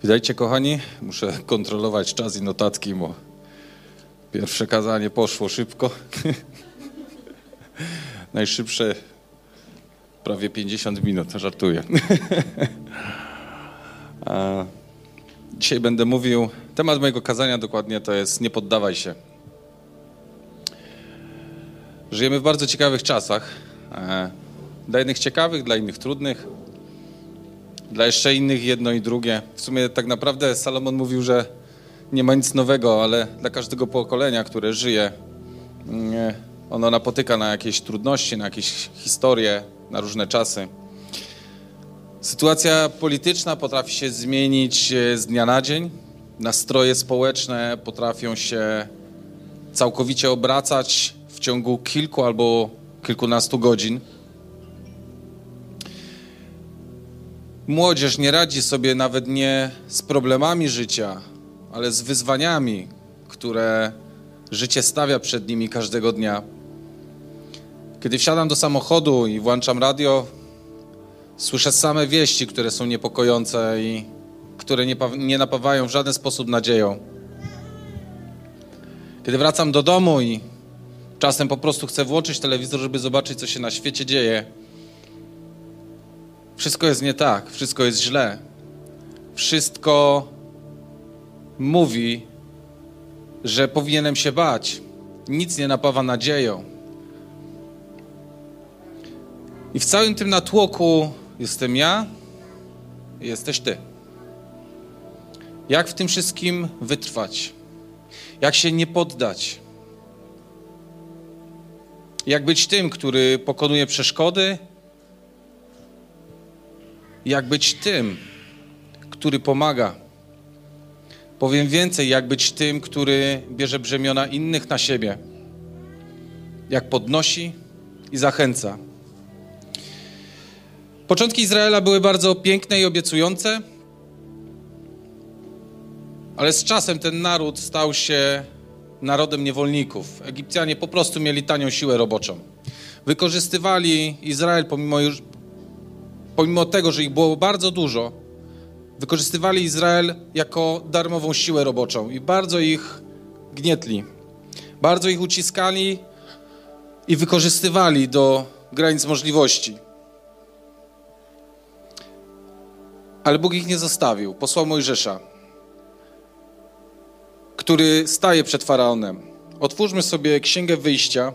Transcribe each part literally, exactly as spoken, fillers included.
Witajcie, kochani. Muszę kontrolować czas i notatki, bo pierwsze kazanie poszło szybko. Najszybsze prawie pięćdziesiąt minut, żartuję. Dzisiaj będę mówił, temat mojego kazania dokładnie to jest nie poddawaj się. Żyjemy w bardzo ciekawych czasach. Dla jednych ciekawych, dla innych trudnych. Dla jeszcze innych jedno i drugie. W sumie tak naprawdę Salomon mówił, że nie ma nic nowego, ale dla każdego pokolenia, które żyje, ono napotyka na jakieś trudności, na jakieś historie, na różne czasy. Sytuacja polityczna potrafi się zmienić z dnia na dzień. Nastroje społeczne potrafią się całkowicie obracać w ciągu kilku albo kilkunastu godzin. Młodzież nie radzi sobie nawet nie z problemami życia, ale z wyzwaniami, które życie stawia przed nimi każdego dnia. Kiedy wsiadam do samochodu i włączam radio, słyszę same wieści, które są niepokojące i które nie, nie napawają w żaden sposób nadzieją. Kiedy wracam do domu i czasem po prostu chcę włączyć telewizor, żeby zobaczyć, co się na świecie dzieje, wszystko jest nie tak, wszystko jest źle. Wszystko mówi, że powinienem się bać. Nic nie napawa nadzieją. I w całym tym natłoku jestem ja i jesteś ty. Jak w tym wszystkim wytrwać? Jak się nie poddać? Jak być tym, który pokonuje przeszkody? Jak być tym, który pomaga? Powiem więcej, jak być tym, który bierze brzemiona innych na siebie. Jak podnosi i zachęca. Początki Izraela były bardzo piękne i obiecujące, ale z czasem ten naród stał się narodem niewolników. Egipcjanie po prostu mieli tanią siłę roboczą. Wykorzystywali Izrael pomimo już Pomimo tego, że ich było bardzo dużo, wykorzystywali Izrael jako darmową siłę roboczą i bardzo ich gnietli. Bardzo ich uciskali i wykorzystywali do granic możliwości. Ale Bóg ich nie zostawił. Posłał Mojżesza, który staje przed Faraonem. Otwórzmy sobie Księgę Wyjścia,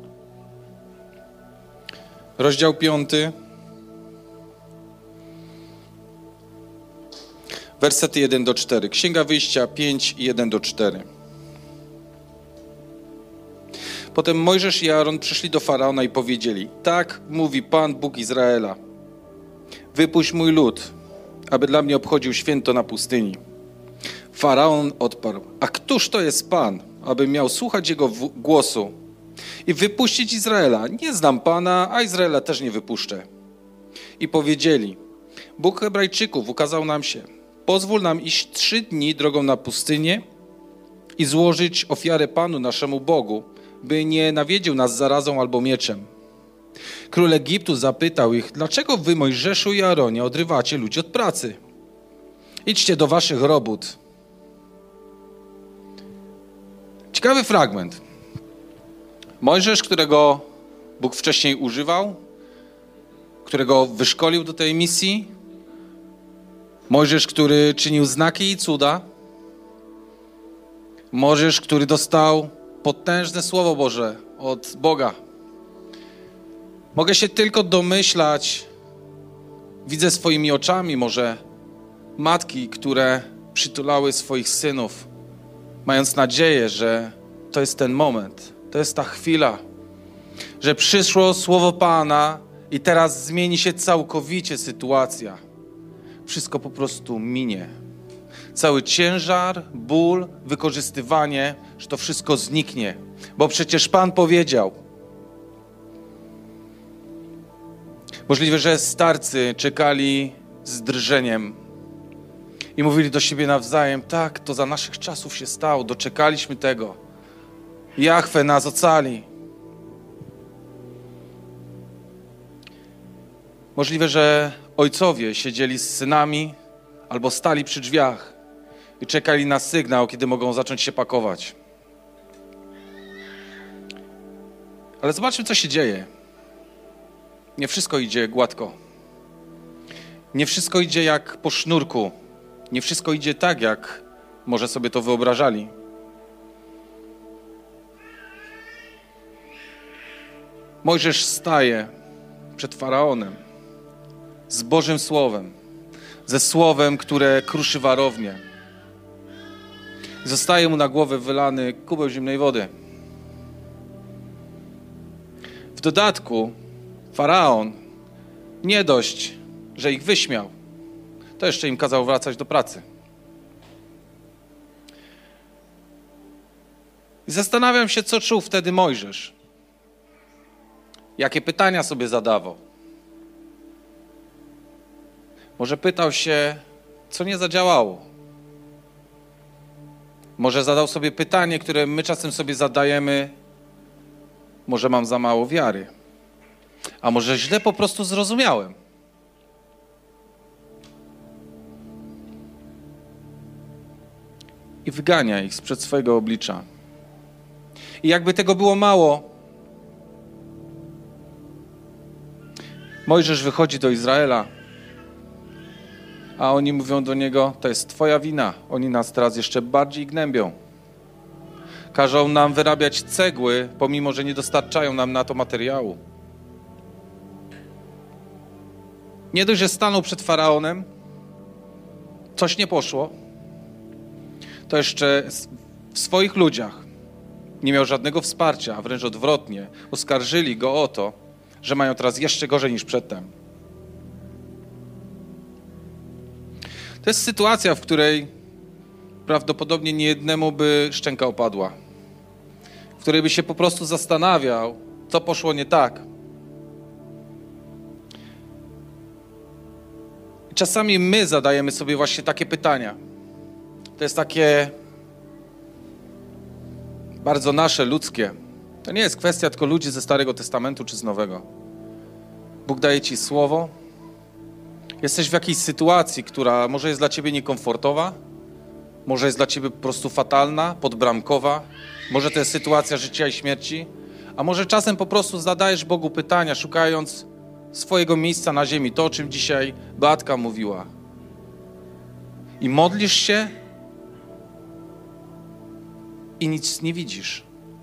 rozdział piąty. Wersety jeden do czterech. Księga Wyjścia pięć, jeden do czterech. Potem Mojżesz i Aaron przyszli do Faraona i powiedzieli: tak mówi Pan, Bóg Izraela. Wypuść mój lud, aby dla mnie obchodził święto na pustyni. Faraon odparł: a któż to jest Pan, aby miał słuchać jego głosu i wypuścić Izraela? Nie znam Pana, a Izraela też nie wypuszczę. I powiedzieli: Bóg Hebrajczyków ukazał nam się. Pozwól nam iść trzy dni drogą na pustynię i złożyć ofiarę Panu, naszemu Bogu, by nie nawiedził nas zarazą albo mieczem. Król Egiptu zapytał ich: dlaczego wy, Mojżeszu i Aaronie, odrywacie ludzi od pracy? Idźcie do waszych robót. Ciekawy fragment. Mojżesz, którego Bóg wcześniej używał, którego wyszkolił do tej misji, Mojżesz, który czynił znaki i cuda. Mojżesz, który dostał potężne Słowo Boże od Boga. Mogę się tylko domyślać, widzę swoimi oczami może matki, które przytulały swoich synów, mając nadzieję, że to jest ten moment, to jest ta chwila, że przyszło Słowo Pana i teraz zmieni się całkowicie sytuacja. Wszystko po prostu minie. Cały ciężar, ból, wykorzystywanie, że to wszystko zniknie. Bo przecież Pan powiedział. Możliwe, że starcy czekali z drżeniem i mówili do siebie nawzajem: tak, to za naszych czasów się stało, doczekaliśmy tego. Jahwe nas ocali. Możliwe, że ojcowie siedzieli z synami, albo stali przy drzwiach i czekali na sygnał, kiedy mogą zacząć się pakować. Ale zobaczmy, co się dzieje. Nie wszystko idzie gładko. Nie wszystko idzie jak po sznurku. Nie wszystko idzie tak, jak może sobie to wyobrażali. Mojżesz staje przed Faraonem z Bożym Słowem, ze Słowem, które kruszy warownię. Zostaje mu na głowę wylany kubeł zimnej wody. W dodatku Faraon nie dość, że ich wyśmiał, to jeszcze im kazał wracać do pracy. I zastanawiam się, co czuł wtedy Mojżesz. Jakie pytania sobie zadawał. Może pytał się, co nie zadziałało. Może zadał sobie pytanie, które my czasem sobie zadajemy. Może mam za mało wiary. A może źle po prostu zrozumiałem. I wygania ich sprzed swojego oblicza. I jakby tego było mało, Mojżesz wychodzi do Izraela, a oni mówią do niego, to jest twoja wina. Oni nas teraz jeszcze bardziej gnębią. Każą nam wyrabiać cegły, pomimo że nie dostarczają nam na to materiału. Nie dość, że stanął przed Faraonem, coś nie poszło, to jeszcze w swoich ludziach nie miał żadnego wsparcia, a wręcz odwrotnie, oskarżyli go o to, że mają teraz jeszcze gorzej niż przedtem. To jest sytuacja, w której prawdopodobnie niejednemu by szczęka opadła, w której by się po prostu zastanawiał, co poszło nie tak. I czasami my zadajemy sobie właśnie takie pytania. To jest takie bardzo nasze, ludzkie. To nie jest kwestia tylko ludzi ze Starego Testamentu czy z Nowego. Bóg daje ci słowo. Jesteś w jakiejś sytuacji, która może jest dla ciebie niekomfortowa, może jest dla ciebie po prostu fatalna, podbramkowa, może to jest sytuacja życia i śmierci, a może czasem po prostu zadajesz Bogu pytania, szukając swojego miejsca na ziemi, to o czym dzisiaj Beatka mówiła. I modlisz się i nic nie widzisz.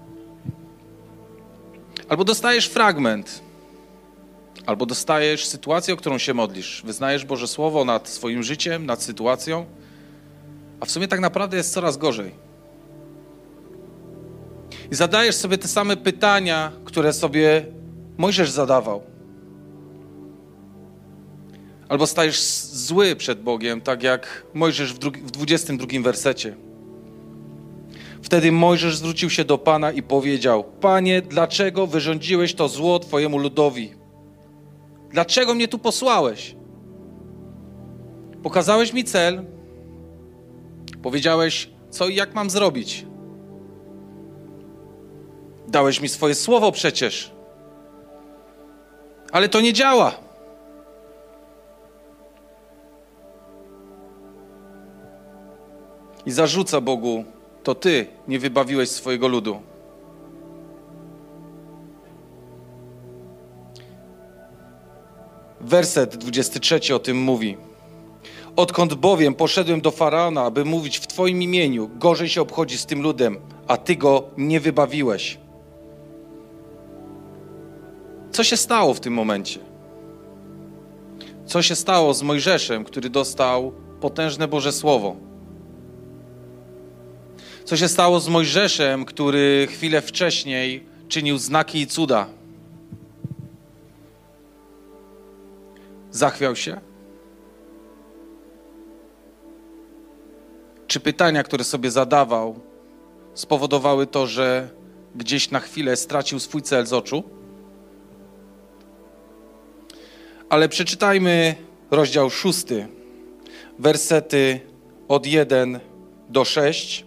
Albo dostajesz fragment, albo dostajesz sytuację, o którą się modlisz. Wyznajesz Boże Słowo nad swoim życiem, nad sytuacją, a w sumie tak naprawdę jest coraz gorzej. I zadajesz sobie te same pytania, które sobie Mojżesz zadawał. Albo stajesz zły przed Bogiem, tak jak Mojżesz w, drugi, w dwudziestym drugim wersecie. Wtedy Mojżesz zwrócił się do Pana i powiedział: Panie, dlaczego wyrządziłeś to zło Twojemu ludowi? Dlaczego mnie tu posłałeś? Pokazałeś mi cel, powiedziałeś, co i jak mam zrobić. Dałeś mi swoje słowo przecież. Ale to nie działa. I zarzuca Bogu: to Ty nie wybawiłeś swojego ludu. Werset dwudziesty trzeci o tym mówi. Odkąd bowiem poszedłem do Faraona, aby mówić w Twoim imieniu, gorzej się obchodzi z tym ludem, a Ty go nie wybawiłeś. Co się stało w tym momencie? Co się stało z Mojżeszem, który dostał potężne Boże Słowo? Co się stało z Mojżeszem, który chwilę wcześniej czynił znaki i cuda? Zachwiał się? Czy pytania, które sobie zadawał, spowodowały to, że gdzieś na chwilę stracił swój cel z oczu? Ale przeczytajmy rozdział szósty, wersety od jeden do sześciu.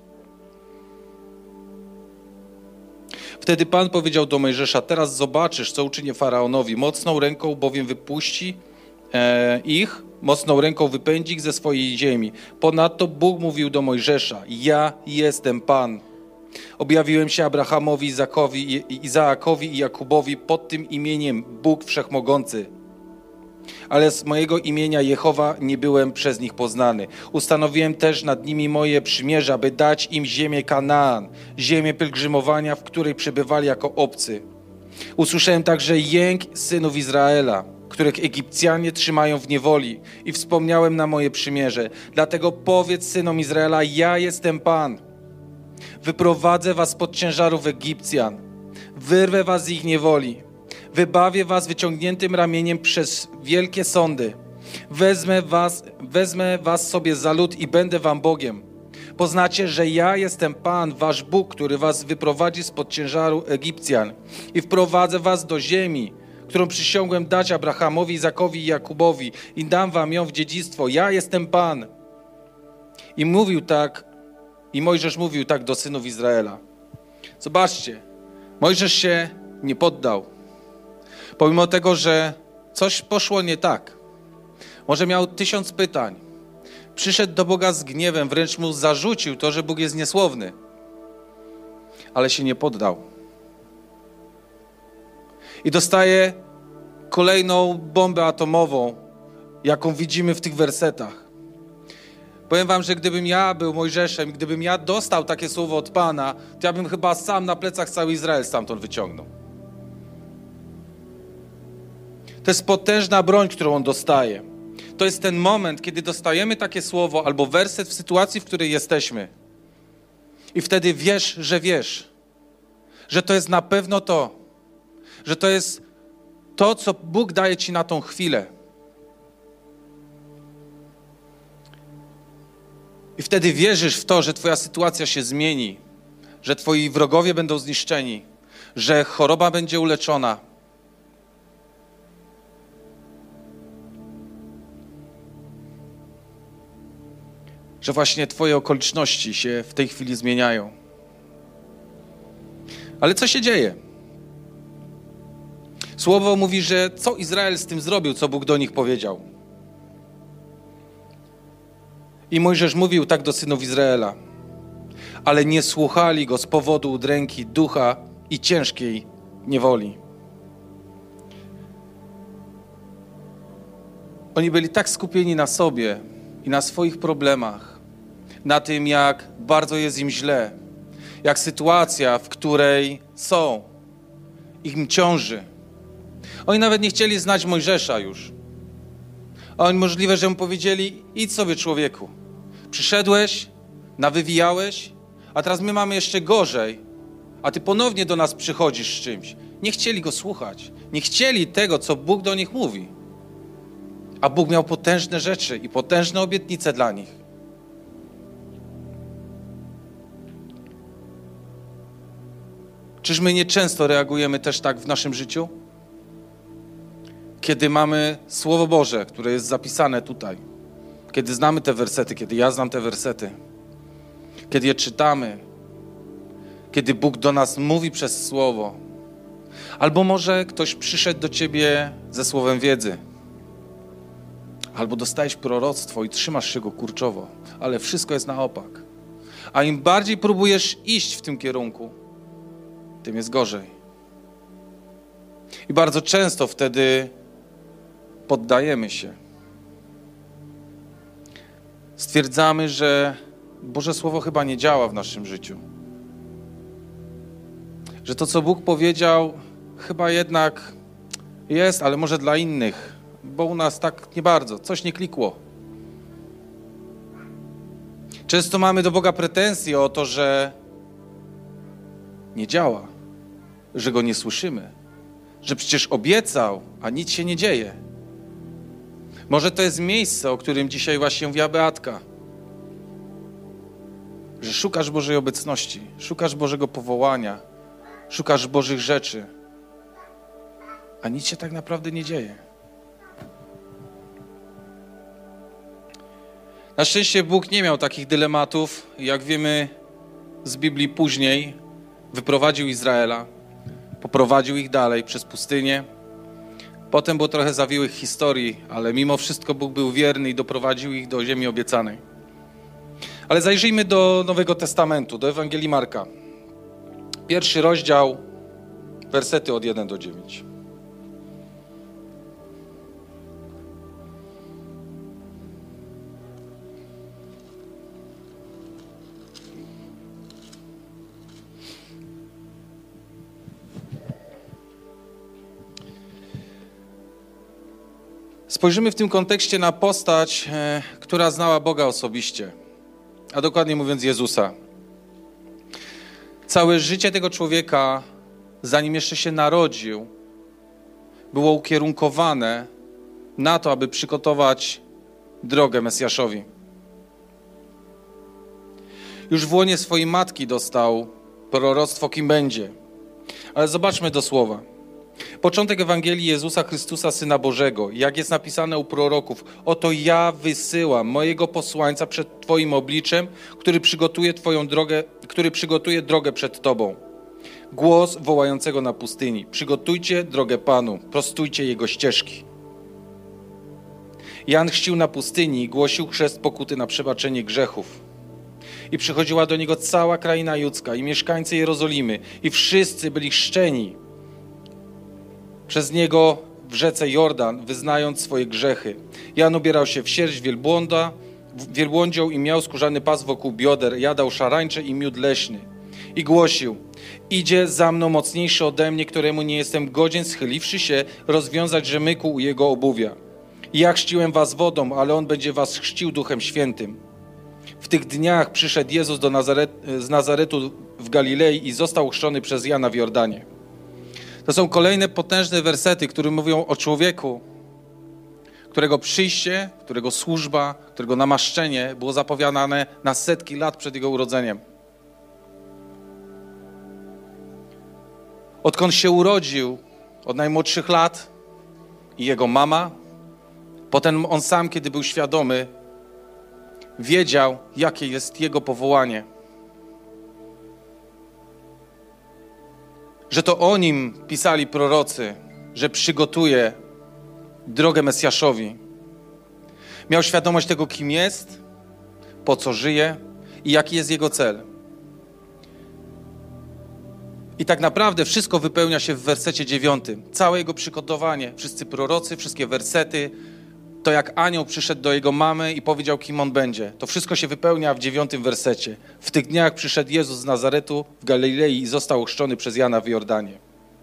Wtedy Pan powiedział do Mojżesza: teraz zobaczysz, co uczynię Faraonowi. Mocną ręką bowiem wypuści e, ich mocną ręką wypędzi ich ze swojej ziemi. Ponadto Bóg mówił do Mojżesza: ja jestem Pan. Objawiłem się Abrahamowi, Izakowi, Izaakowi i Jakubowi pod tym imieniem Bóg Wszechmogący. Ale z mojego imienia Jehowa nie byłem przez nich poznany. Ustanowiłem też nad nimi moje przymierze, aby dać im ziemię Kanaan, ziemię pielgrzymowania, w której przebywali jako obcy. Usłyszałem także jęk synów Izraela, których Egipcjanie trzymają w niewoli, i wspomniałem na moje przymierze. Dlatego powiedz synom Izraela: ja jestem Pan. Wyprowadzę was spod ciężarów Egipcjan, wyrwę was z ich niewoli, wybawię was wyciągniętym ramieniem przez wielkie sądy. Wezmę was, wezmę was sobie za lud i będę wam Bogiem. Poznacie, że ja jestem Pan, wasz Bóg, który was wyprowadzi spod ciężaru Egipcjan i wprowadzę was do ziemi, którą przysiągłem dać Abrahamowi, Izakowi i Jakubowi, i dam wam ją w dziedzictwo. Ja jestem Pan. I mówił tak, i Mojżesz mówił tak do synów Izraela. Zobaczcie, Mojżesz się nie poddał. Pomimo tego, że coś poszło nie tak. Może miał tysiąc pytań. Przyszedł do Boga z gniewem, wręcz mu zarzucił to, że Bóg jest niesłowny. Ale się nie poddał. I dostaje kolejną bombę atomową, jaką widzimy w tych wersetach. Powiem wam, że gdybym ja był Mojżeszem, gdybym ja dostał takie słowo od Pana, to ja bym chyba sam na plecach cały Izrael stamtąd wyciągnął. To jest potężna broń, którą on dostaje. To jest ten moment, kiedy dostajemy takie słowo albo werset w sytuacji, w której jesteśmy. I wtedy wiesz, że wiesz, że to jest na pewno to, że to jest to, co Bóg daje ci na tą chwilę. I wtedy wierzysz w to, że twoja sytuacja się zmieni, że twoi wrogowie będą zniszczeni, że choroba będzie uleczona. Że właśnie twoje okoliczności się w tej chwili zmieniają. Ale co się dzieje? Słowo mówi, że co Izrael z tym zrobił, co Bóg do nich powiedział. I Mojżesz mówił tak do synów Izraela, ale nie słuchali go z powodu udręki ducha i ciężkiej niewoli. Oni byli tak skupieni na sobie i na swoich problemach, na tym, jak bardzo jest im źle, jak sytuacja, w której są, im ciąży. Oni nawet nie chcieli znać Mojżesza już. Oni możliwe, że mu powiedzieli: idź sobie, człowieku. Przyszedłeś, nawywijałeś, a teraz my mamy jeszcze gorzej, a ty ponownie do nas przychodzisz z czymś. Nie chcieli go słuchać. Nie chcieli tego, co Bóg do nich mówi. A Bóg miał potężne rzeczy i potężne obietnice dla nich. Czyż my nieczęsto reagujemy też tak w naszym życiu? Kiedy mamy Słowo Boże, które jest zapisane tutaj, kiedy znamy te wersety, kiedy ja znam te wersety, kiedy je czytamy, kiedy Bóg do nas mówi przez Słowo, albo może ktoś przyszedł do ciebie ze słowem wiedzy, albo dostajesz proroctwo i trzymasz się go kurczowo, ale wszystko jest na opak. A im bardziej próbujesz iść w tym kierunku, tym jest gorzej. I bardzo często wtedy poddajemy się. Stwierdzamy, że Boże Słowo chyba nie działa w naszym życiu. Że to, co Bóg powiedział, chyba jednak jest, ale może dla innych, bo u nas tak nie bardzo, coś nie klikło. Często mamy do Boga pretensje o to, że nie działa, że Go nie słyszymy, że przecież obiecał, a nic się nie dzieje. Może to jest miejsce, o którym dzisiaj właśnie mówiła Beatka, że szukasz Bożej obecności, szukasz Bożego powołania, szukasz Bożych rzeczy, a nic się tak naprawdę nie dzieje. Na szczęście Bóg nie miał takich dylematów, jak wiemy z Biblii później. Wyprowadził Izraela, poprowadził ich dalej przez pustynię, Potem było trochę zawiłych historii, ale mimo wszystko Bóg był wierny i doprowadził ich do ziemi obiecanej. Ale zajrzyjmy do Nowego Testamentu, do Ewangelii Marka. Pierwszy rozdział, wersety od jeden do dziewięciu. Spojrzymy w tym kontekście na postać, e, która znała Boga osobiście, a dokładnie mówiąc Jezusa. Całe życie tego człowieka, zanim jeszcze się narodził, było ukierunkowane na to, aby przygotować drogę Mesjaszowi. Już w łonie swojej matki dostał proroctwo, kim będzie. Ale zobaczmy do słowa. Początek Ewangelii Jezusa Chrystusa, Syna Bożego, jak jest napisane u proroków: oto ja wysyłam mojego posłańca przed Twoim obliczem, który przygotuje Twoją drogę, który przygotuje drogę przed Tobą. Głos wołającego na pustyni: przygotujcie drogę Panu, prostujcie Jego ścieżki. Jan chrzcił na pustyni i głosił chrzest pokuty na przebaczenie grzechów. I przychodziła do niego cała kraina judzka i mieszkańcy Jerozolimy, i wszyscy byli chrzczeni przez niego w rzece Jordan, wyznając swoje grzechy. Jan ubierał się w sierść wielbłąda, wielbłądzią i miał skórzany pas wokół bioder, jadał szarańcze i miód leśny. I głosił: idzie za mną mocniejszy ode mnie, któremu nie jestem godzien, schyliwszy się, rozwiązać rzemyku u jego obuwia. Ja chrzciłem was wodą, ale on będzie was chrzcił Duchem Świętym. W tych dniach przyszedł Jezus do Nazaret, z Nazaretu w Galilei i został chrzczony przez Jana w Jordanie. To są kolejne potężne wersety, które mówią o człowieku, którego przyjście, którego służba, którego namaszczenie było zapowiadane na setki lat przed jego urodzeniem. Odkąd się urodził, od najmłodszych lat, i jego mama, potem on sam, kiedy był świadomy, wiedział, jakie jest jego powołanie. Że to o nim pisali prorocy, że przygotuje drogę Mesjaszowi. Miał świadomość tego, kim jest, po co żyje i jaki jest jego cel. I tak naprawdę wszystko wypełnia się w wersecie dziewiątym. Całe jego przygotowanie, wszyscy prorocy, wszystkie wersety, to jak anioł przyszedł do jego mamy i powiedział, kim on będzie. To wszystko się wypełnia w dziewiątym wersecie. W tych dniach przyszedł Jezus z Nazaretu w Galilei i został ochrzczony przez Jana w Jordanie.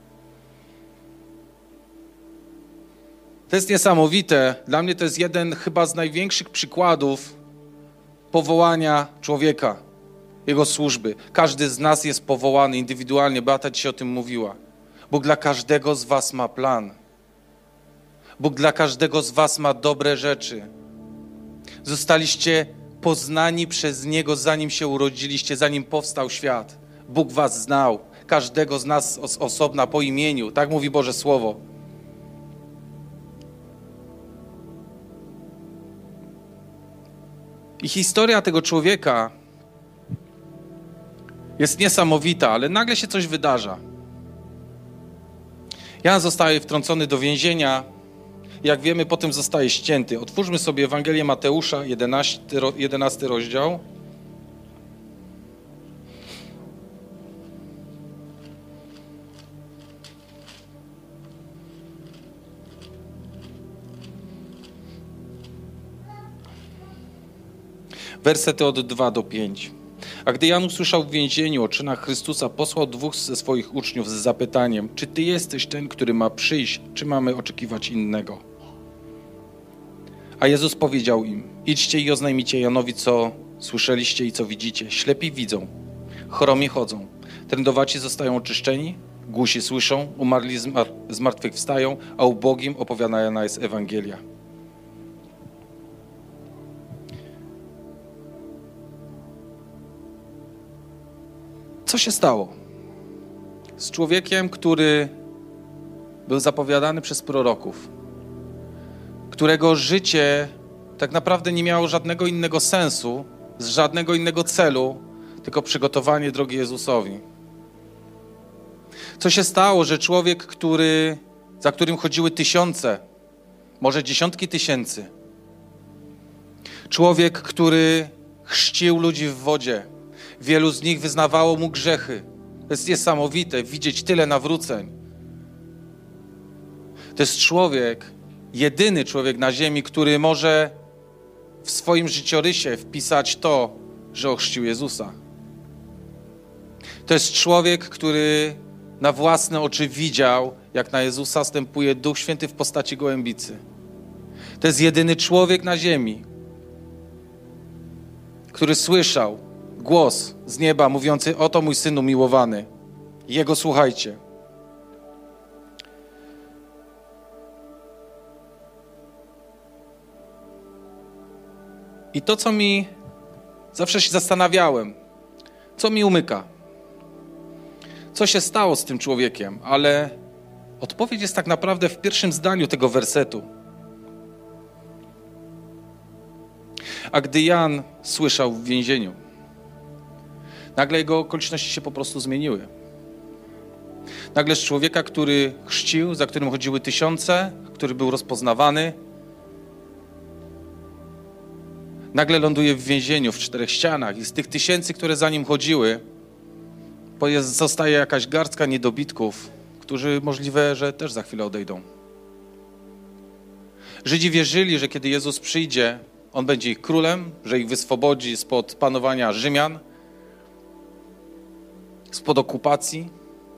To jest niesamowite. Dla mnie to jest jeden chyba z największych przykładów powołania człowieka, jego służby. Każdy z nas jest powołany indywidualnie. Beata dzisiaj o tym mówiła. Bóg dla każdego z was ma plan. Bóg dla każdego z was ma dobre rzeczy. Zostaliście poznani przez Niego, zanim się urodziliście, zanim powstał świat. Bóg was znał, każdego z nas z osobna po imieniu. Tak mówi Boże Słowo. I historia tego człowieka jest niesamowita, ale nagle się coś wydarza. Jan zostaje wtrącony do więzienia. Jak wiemy, potem zostaje ścięty. Otwórzmy sobie Ewangelię Mateusza, jedenasty rozdział. Wersety od dwa do pięciu. A gdy Jan usłyszał w więzieniu o czynach Chrystusa, posłał dwóch ze swoich uczniów z zapytaniem: czy Ty jesteś ten, który ma przyjść, czy mamy oczekiwać innego? A Jezus powiedział im: idźcie i oznajmicie Janowi, co słyszeliście i co widzicie. Ślepi widzą, chromi chodzą, trędowaci zostają oczyszczeni, głusi słyszą, umarli z martwych wstają, a ubogim opowiadana jest Ewangelia. Co się stało z człowiekiem, który był zapowiadany przez proroków, którego życie tak naprawdę nie miało żadnego innego sensu, żadnego innego celu, tylko przygotowanie drogi Jezusowi? Co się stało, że człowiek, który za którym chodziły tysiące, może dziesiątki tysięcy. Człowiek, który chrzcił ludzi w wodzie. Wielu z nich wyznawało mu grzechy. To jest niesamowite, widzieć tyle nawróceń. To jest człowiek, jedyny człowiek na ziemi, który może w swoim życiorysie wpisać to, że ochrzcił Jezusa. To jest człowiek, który na własne oczy widział, jak na Jezusa stępuje Duch Święty w postaci gołębicy. To jest jedyny człowiek na ziemi, który słyszał głos z nieba mówiący: oto mój Syn umiłowany, Jego słuchajcie. I to, co mi zawsze się zastanawiałem, co mi umyka, co się stało z tym człowiekiem, ale odpowiedź jest tak naprawdę w pierwszym zdaniu tego wersetu. A gdy Jan słyszał w więzieniu, nagle jego okoliczności się po prostu zmieniły. Nagle z człowieka, który chrzcił, za którym chodziły tysiące, który był rozpoznawany, nagle ląduje w więzieniu, w czterech ścianach i z tych tysięcy, które za nim chodziły, zostaje jakaś garstka niedobitków, którzy możliwe, że też za chwilę odejdą. Żydzi wierzyli, że kiedy Jezus przyjdzie, On będzie ich królem, że ich wyswobodzi spod panowania Rzymian, spod okupacji.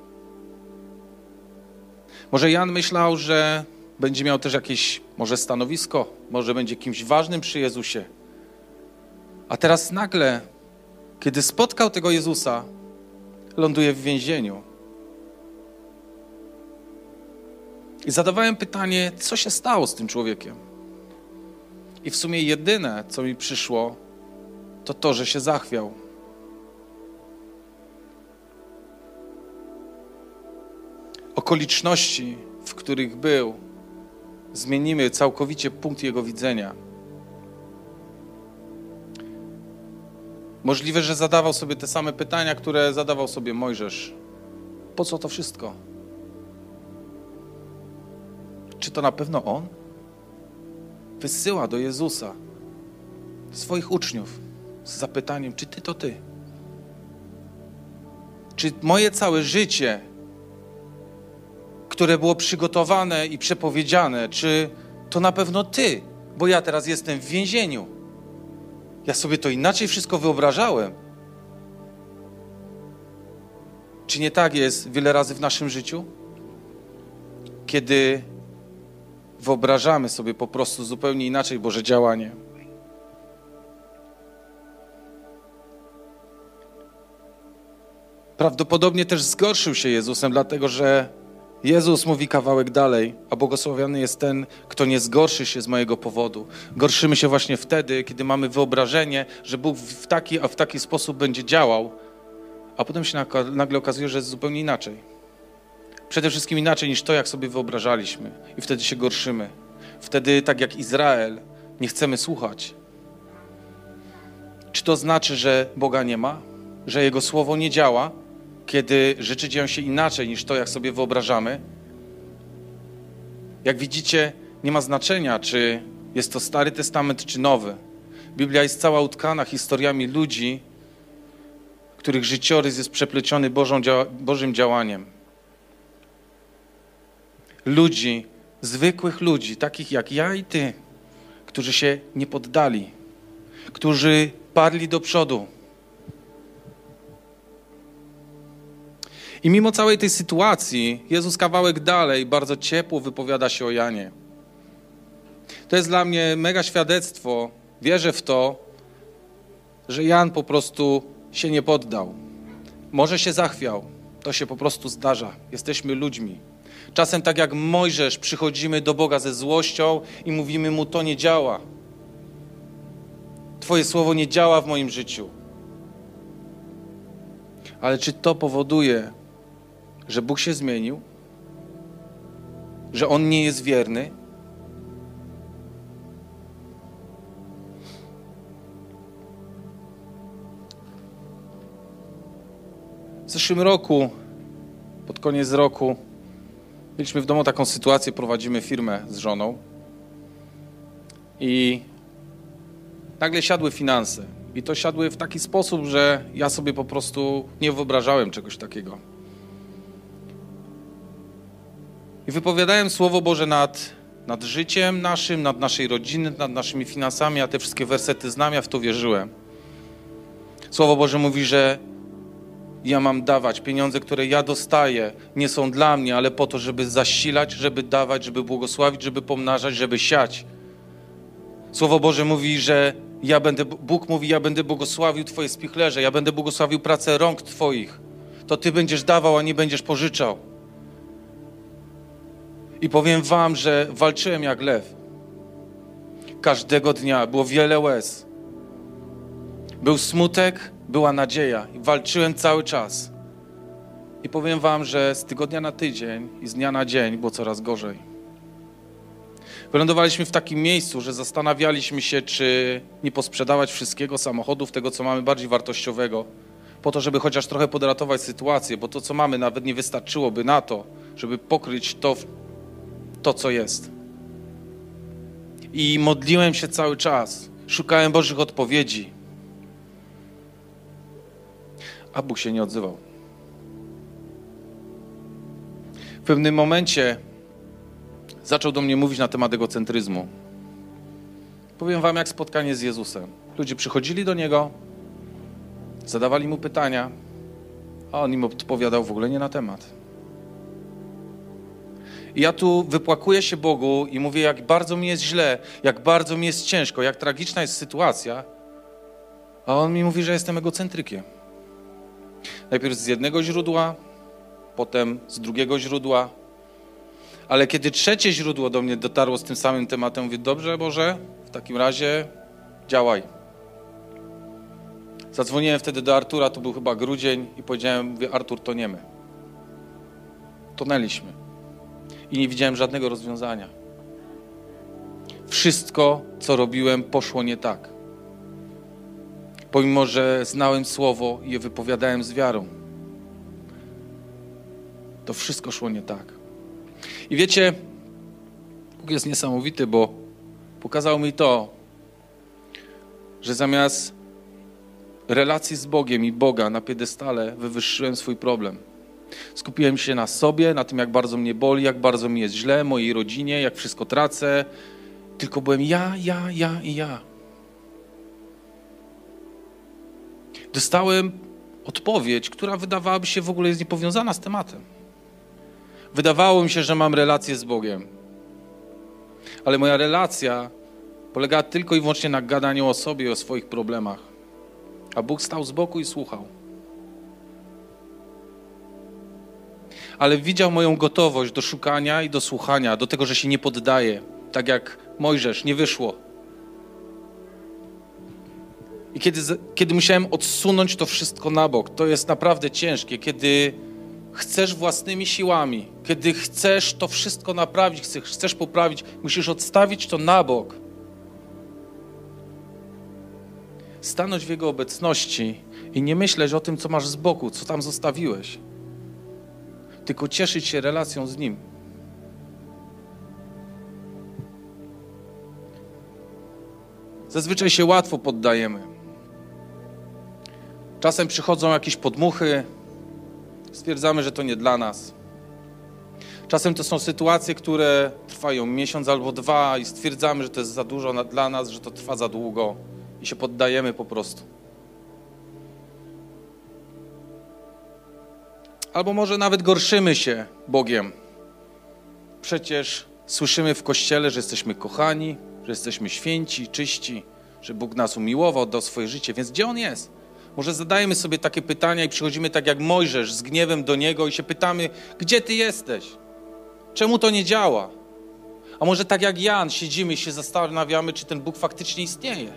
Może Jan myślał, że będzie miał też jakieś może stanowisko, może będzie kimś ważnym przy Jezusie. A teraz nagle, kiedy spotkał tego Jezusa, ląduje w więzieniu. I zadawałem pytanie, co się stało z tym człowiekiem? I w sumie jedyne, co mi przyszło, to to, że się zachwiał. Okoliczności, w których był, zmienimy całkowicie punkt jego widzenia. Możliwe, że zadawał sobie te same pytania, które zadawał sobie Mojżesz. Po co to wszystko? Czy to na pewno On? Wysyła do Jezusa swoich uczniów z zapytaniem, czy Ty to Ty? Czy moje całe życie, które było przygotowane i przepowiedziane, czy to na pewno Ty? Bo ja teraz jestem w więzieniu. Ja sobie to inaczej wszystko wyobrażałem. Czy nie tak jest wiele razy w naszym życiu? Kiedy wyobrażamy sobie po prostu zupełnie inaczej Boże działanie. Prawdopodobnie też zgorszył się Jezusem, dlatego że Jezus mówi kawałek dalej, a błogosławiony jest ten, kto nie zgorszy się z mojego powodu. Gorszymy się właśnie wtedy, kiedy mamy wyobrażenie, że Bóg w taki, a w taki sposób będzie działał, a potem się nagle okazuje, że jest zupełnie inaczej. Przede wszystkim inaczej niż to, jak sobie wyobrażaliśmy. I wtedy się gorszymy. Wtedy, tak jak Izrael, nie chcemy słuchać. Czy to znaczy, że Boga nie ma? Że Jego Słowo nie działa? Kiedy rzeczy dzieją się inaczej niż to, jak sobie wyobrażamy? Jak widzicie, nie ma znaczenia, czy jest to Stary Testament, czy Nowy. Biblia jest cała utkana historiami ludzi, których życiorys jest przepleciony Bożą, Bożym działaniem. Ludzi, zwykłych ludzi, takich jak ja i ty, którzy się nie poddali, którzy parli do przodu. I mimo całej tej sytuacji, Jezus kawałek dalej bardzo ciepło wypowiada się o Janie. To jest dla mnie mega świadectwo. Wierzę w to, że Jan po prostu się nie poddał. Może się zachwiał. To się po prostu zdarza. Jesteśmy ludźmi. Czasem tak jak Mojżesz przychodzimy do Boga ze złością i mówimy Mu, to nie działa. Twoje słowo nie działa w moim życiu. Ale czy to powoduje, że Bóg się zmienił? Że On nie jest wierny? W zeszłym roku, pod koniec roku, Mieliśmy w domu taką sytuację, prowadzimy firmę z żoną i nagle siadły finanse. I to siadły w taki sposób, że ja sobie po prostu nie wyobrażałem czegoś takiego. I wypowiadałem Słowo Boże nad, nad życiem naszym, nad naszej rodziny, nad naszymi finansami, a te wszystkie wersety znam, ja w to wierzyłem. Słowo Boże mówi, że ja mam dawać. Pieniądze, które ja dostaję, nie są dla mnie, ale po to, żeby zasilać, żeby dawać, żeby błogosławić, żeby pomnażać, żeby siać. Słowo Boże mówi, że ja będę, Bóg mówi, ja będę błogosławił Twoje spichlerze, ja będę błogosławił pracę rąk Twoich. To Ty będziesz dawał, a nie będziesz pożyczał. I powiem wam, że walczyłem jak lew. Każdego dnia było wiele łez. Był smutek, była nadzieja. I walczyłem cały czas. I powiem wam, że z tygodnia na tydzień i z dnia na dzień było coraz gorzej. Wylądowaliśmy w takim miejscu, że zastanawialiśmy się, czy nie posprzedawać wszystkiego, samochodów, tego, co mamy bardziej wartościowego, po to, żeby chociaż trochę podratować sytuację, bo to, co mamy, nawet nie wystarczyłoby na to, żeby pokryć to, to co jest. I modliłem się cały czas, szukałem Bożych odpowiedzi, a Bóg się nie odzywał. W pewnym momencie zaczął do mnie mówić na temat egocentryzmu. Powiem wam, jak spotkanie z Jezusem. Ludzie przychodzili do Niego, zadawali Mu pytania, a On im odpowiadał w ogóle nie na temat. I ja tu wypłakuję się Bogu i mówię, jak bardzo mi jest źle, jak bardzo mi jest ciężko, jak tragiczna jest sytuacja, a On mi mówi, że jestem egocentrykiem. Najpierw z jednego źródła, potem z drugiego źródła, ale kiedy trzecie źródło do mnie dotarło z tym samym tematem, mówię, dobrze Boże, w takim razie działaj. Zadzwoniłem wtedy do Artura, to był chyba grudzień i powiedziałem, mówię, Artur, toniemy. Tonęliśmy. I nie widziałem żadnego rozwiązania. Wszystko, co robiłem, poszło nie tak. Pomimo, że znałem Słowo i je wypowiadałem z wiarą. To wszystko szło nie tak. I wiecie, Bóg jest niesamowity, bo pokazał mi to, że zamiast relacji z Bogiem i Boga na piedestale wywyższyłem swój problem. Skupiłem się na sobie, na tym, jak bardzo mnie boli, jak bardzo mi jest źle, mojej rodzinie, jak wszystko tracę. Tylko byłem ja, ja, ja i ja. Dostałem odpowiedź, która wydawałaby się w ogóle jest niepowiązana z tematem. Wydawało mi się, że mam relację z Bogiem. Ale moja relacja polegała tylko i wyłącznie na gadaniu o sobie i o swoich problemach. A Bóg stał z boku i słuchał. Ale widział moją gotowość do szukania i do słuchania, do tego, że się nie poddaję. Tak jak Mojżesz, nie wyszło. I kiedy, kiedy musiałem odsunąć to wszystko na bok, to jest naprawdę ciężkie, kiedy chcesz własnymi siłami, kiedy chcesz to wszystko naprawić, chcesz, chcesz poprawić, musisz odstawić to na bok. Stanąć w Jego obecności i nie myśleć o tym, co masz z boku, co tam zostawiłeś. Tylko cieszyć się relacją z Nim. Zazwyczaj się łatwo poddajemy. Czasem przychodzą jakieś podmuchy, stwierdzamy, że to nie dla nas. Czasem to są sytuacje, które trwają miesiąc albo dwa i stwierdzamy, że to jest za dużo dla nas, że to trwa za długo i się poddajemy po prostu. Albo może nawet gorszymy się Bogiem. Przecież słyszymy w Kościele, że jesteśmy kochani, że jesteśmy święci, czyści, że Bóg nas umiłował, oddał swoje życie, więc gdzie On jest? Może zadajemy sobie takie pytania i przychodzimy tak jak Mojżesz z gniewem do Niego i się pytamy, gdzie Ty jesteś? Czemu to nie działa? A może tak jak Jan siedzimy i się zastanawiamy, czy ten Bóg faktycznie istnieje?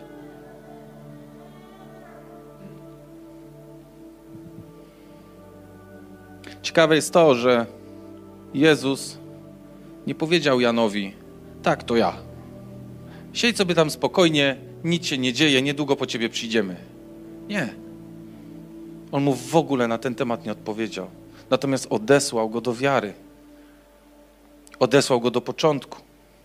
Ciekawe jest to, że Jezus nie powiedział Janowi, tak, to ja. Siedź sobie tam spokojnie, nic się nie dzieje, niedługo po ciebie przyjdziemy. Nie. On mu w ogóle na ten temat nie odpowiedział. Natomiast odesłał go do wiary. Odesłał go do początku.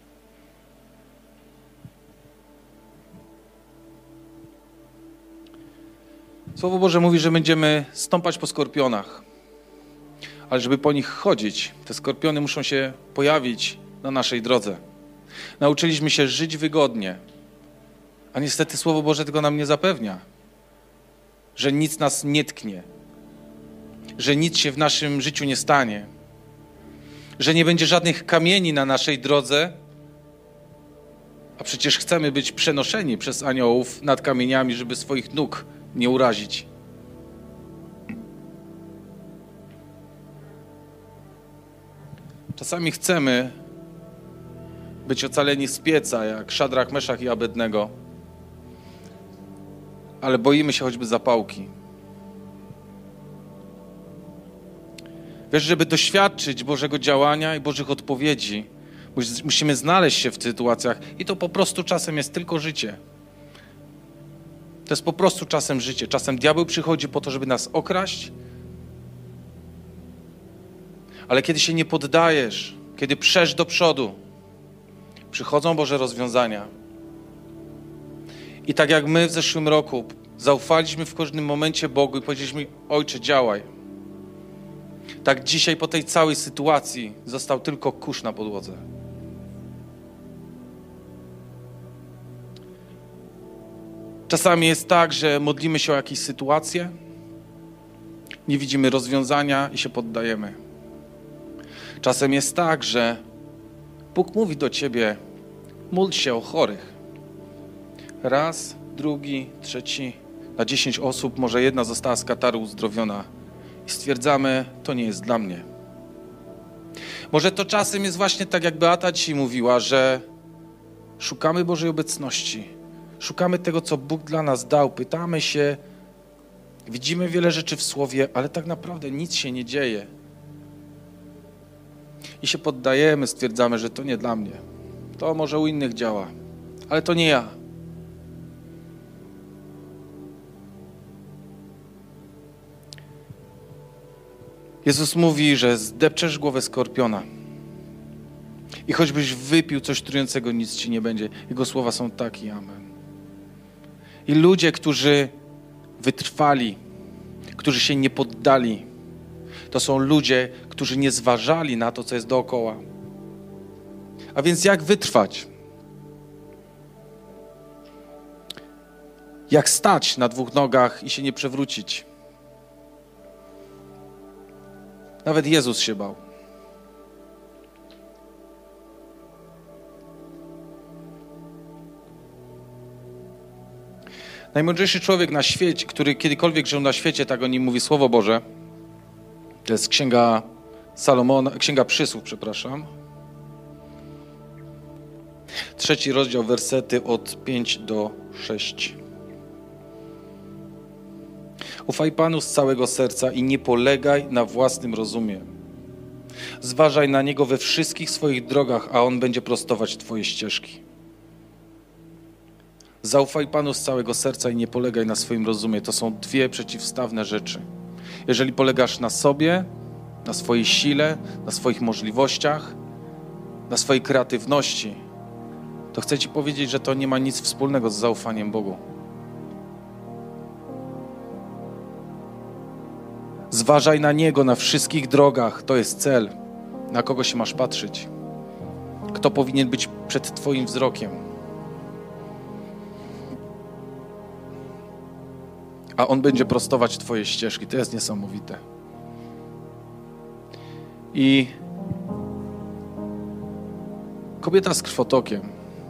Słowo Boże mówi, że będziemy stąpać po skorpionach. Ale żeby po nich chodzić, te skorpiony muszą się pojawić na naszej drodze. Nauczyliśmy się żyć wygodnie, a niestety Słowo Boże tego nam nie zapewnia. Że nic nas nie tknie, że nic się w naszym życiu nie stanie, że nie będzie żadnych kamieni na naszej drodze, a przecież chcemy być przenoszeni przez aniołów nad kamieniami, żeby swoich nóg nie urazić. Czasami chcemy być ocaleni z pieca, jak Szadrach, Meszach i Abednego, ale boimy się choćby zapałki. Wiesz, żeby doświadczyć Bożego działania i Bożych odpowiedzi, musimy znaleźć się w sytuacjach i to po prostu czasem jest tylko życie. To jest po prostu czasem życie. Czasem diabeł przychodzi po to, żeby nas okraść, ale kiedy się nie poddajesz, kiedy przesz do przodu, przychodzą Boże rozwiązania. I tak jak my w zeszłym roku zaufaliśmy w każdym momencie Bogu i powiedzieliśmy: Ojcze, działaj. Tak dzisiaj po tej całej sytuacji został tylko kurz na podłodze. Czasami jest tak, że modlimy się o jakieś sytuacje, nie widzimy rozwiązania i się poddajemy. Czasem jest tak, że Bóg mówi do ciebie: módl się o chorych. Raz, drugi, trzeci, na dziesięć osób może jedna została z kataru uzdrowiona i stwierdzamy: to nie jest dla mnie. Może to czasem jest właśnie tak, jak Beata dzisiaj mówiła, że szukamy Bożej obecności, szukamy tego, co Bóg dla nas dał, pytamy się, widzimy wiele rzeczy w Słowie, ale tak naprawdę nic się nie dzieje. I się poddajemy, stwierdzamy, że to nie dla mnie. To może u innych działa, ale to nie ja. Jezus mówi, że zdepczesz głowę skorpiona i choćbyś wypił coś trującego, nic ci nie będzie. Jego słowa są tak i amen. I ludzie, którzy wytrwali, którzy się nie poddali, to są ludzie, którzy nie zważali na to, co jest dookoła. A więc jak wytrwać? Jak stać na dwóch nogach i się nie przewrócić? Nawet Jezus się bał. Najmądrzejszy człowiek na świecie, który kiedykolwiek żył na świecie, tak o nim mówi Słowo Boże, to jest Księga Salomona, Księga Przysłów, przepraszam. Trzeci rozdział, wersety od pięć do sześciu. Ufaj Panu z całego serca i nie polegaj na własnym rozumie. Zważaj na Niego we wszystkich swoich drogach, a On będzie prostować twoje ścieżki. Zaufaj Panu z całego serca i nie polegaj na swoim rozumie. To są dwie przeciwstawne rzeczy. Jeżeli polegasz na sobie, na swojej sile, na swoich możliwościach, na swojej kreatywności, to chcę ci powiedzieć, że to nie ma nic wspólnego z zaufaniem Bogu. Zważaj na Niego na wszystkich drogach. To jest cel. Na kogo się masz patrzeć? Kto powinien być przed twoim wzrokiem? A On będzie prostować twoje ścieżki. To jest niesamowite. I kobieta z krwotokiem,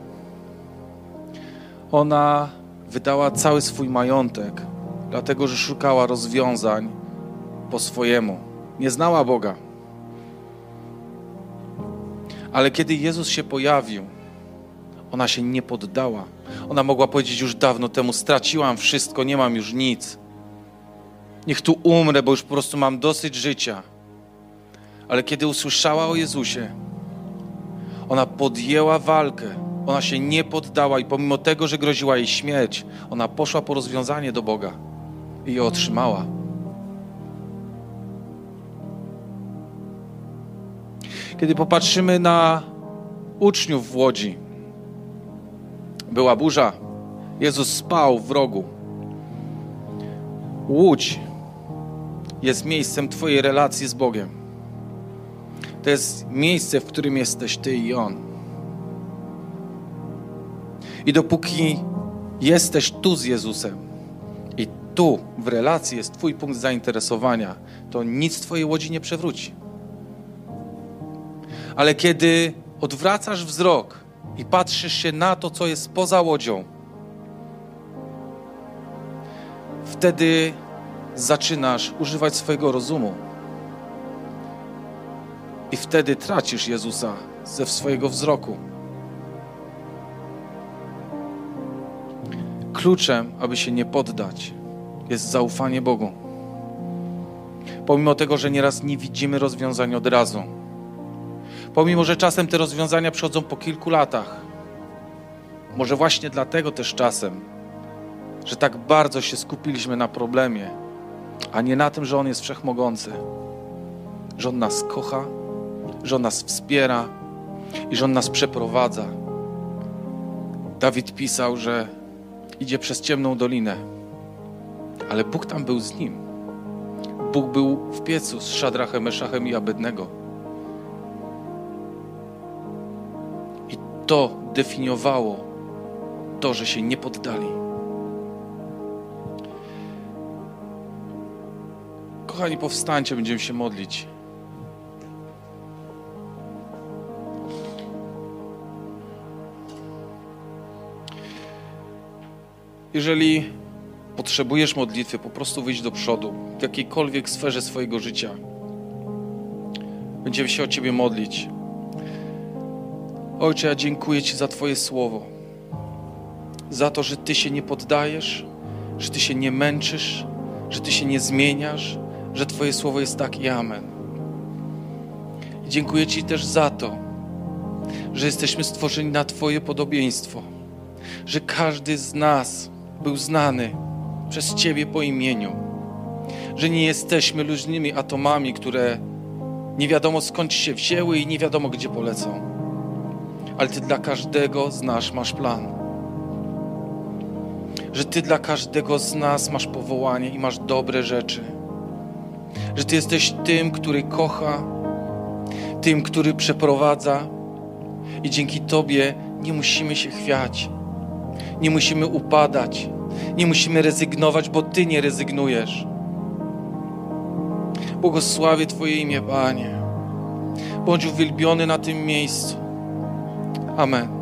ona wydała cały swój majątek, dlatego że szukała rozwiązań po swojemu. Nie znała Boga. Ale kiedy Jezus się pojawił, ona się nie poddała. Ona mogła powiedzieć już dawno temu: straciłam wszystko, nie mam już nic. Niech tu umrę, bo już po prostu mam dosyć życia. Ale kiedy usłyszała o Jezusie, ona podjęła walkę. Ona się nie poddała i pomimo tego, że groziła jej śmierć, ona poszła po rozwiązanie do Boga i je otrzymała. Kiedy popatrzymy na uczniów w łodzi, była burza, Jezus spał w rogu. Łódź jest miejscem twojej relacji z Bogiem. To jest miejsce, w którym jesteś ty i On. I dopóki jesteś tu z Jezusem i tu w relacji jest twój punkt zainteresowania, to nic twojej łodzi nie przewróci. Ale kiedy odwracasz wzrok i patrzysz się na to, co jest poza łodzią, wtedy zaczynasz używać swojego rozumu. I wtedy tracisz Jezusa ze swojego wzroku. Kluczem, aby się nie poddać, jest zaufanie Bogu. Pomimo tego, że nieraz nie widzimy rozwiązań od razu. Pomimo, że czasem te rozwiązania przychodzą po kilku latach. Może właśnie dlatego też czasem, że tak bardzo się skupiliśmy na problemie, a nie na tym, że On jest wszechmogący. Że On nas kocha, że On nas wspiera i że On nas przeprowadza. Dawid pisał, że idzie przez ciemną dolinę, ale Bóg tam był z nim. Bóg był w piecu z Szadrachem, Meszachem i Abednego. I to definiowało to, że się nie poddali. Kochani, powstańcie, będziemy się modlić. Jeżeli potrzebujesz modlitwy, po prostu wyjdź do przodu, w jakiejkolwiek sferze swojego życia. Będziemy się o Ciebie modlić. Ojcze, ja dziękuję Ci za Twoje słowo. Za to, że Ty się nie poddajesz, że Ty się nie męczysz, że Ty się nie zmieniasz, że Twoje słowo jest tak i amen. I dziękuję Ci też za to, że jesteśmy stworzeni na Twoje podobieństwo, że każdy z nas był znany przez Ciebie po imieniu, że nie jesteśmy luźnymi atomami, które nie wiadomo skąd się wzięły i nie wiadomo gdzie polecą, ale Ty dla każdego z nas masz plan, że Ty dla każdego z nas masz powołanie i masz dobre rzeczy, że Ty jesteś tym, który kocha, tym, który przeprowadza i dzięki Tobie nie musimy się chwiać, nie musimy upadać, nie musimy rezygnować, bo Ty nie rezygnujesz. Błogosławię Twoje imię, Panie. Bądź uwielbiony na tym miejscu. Amen.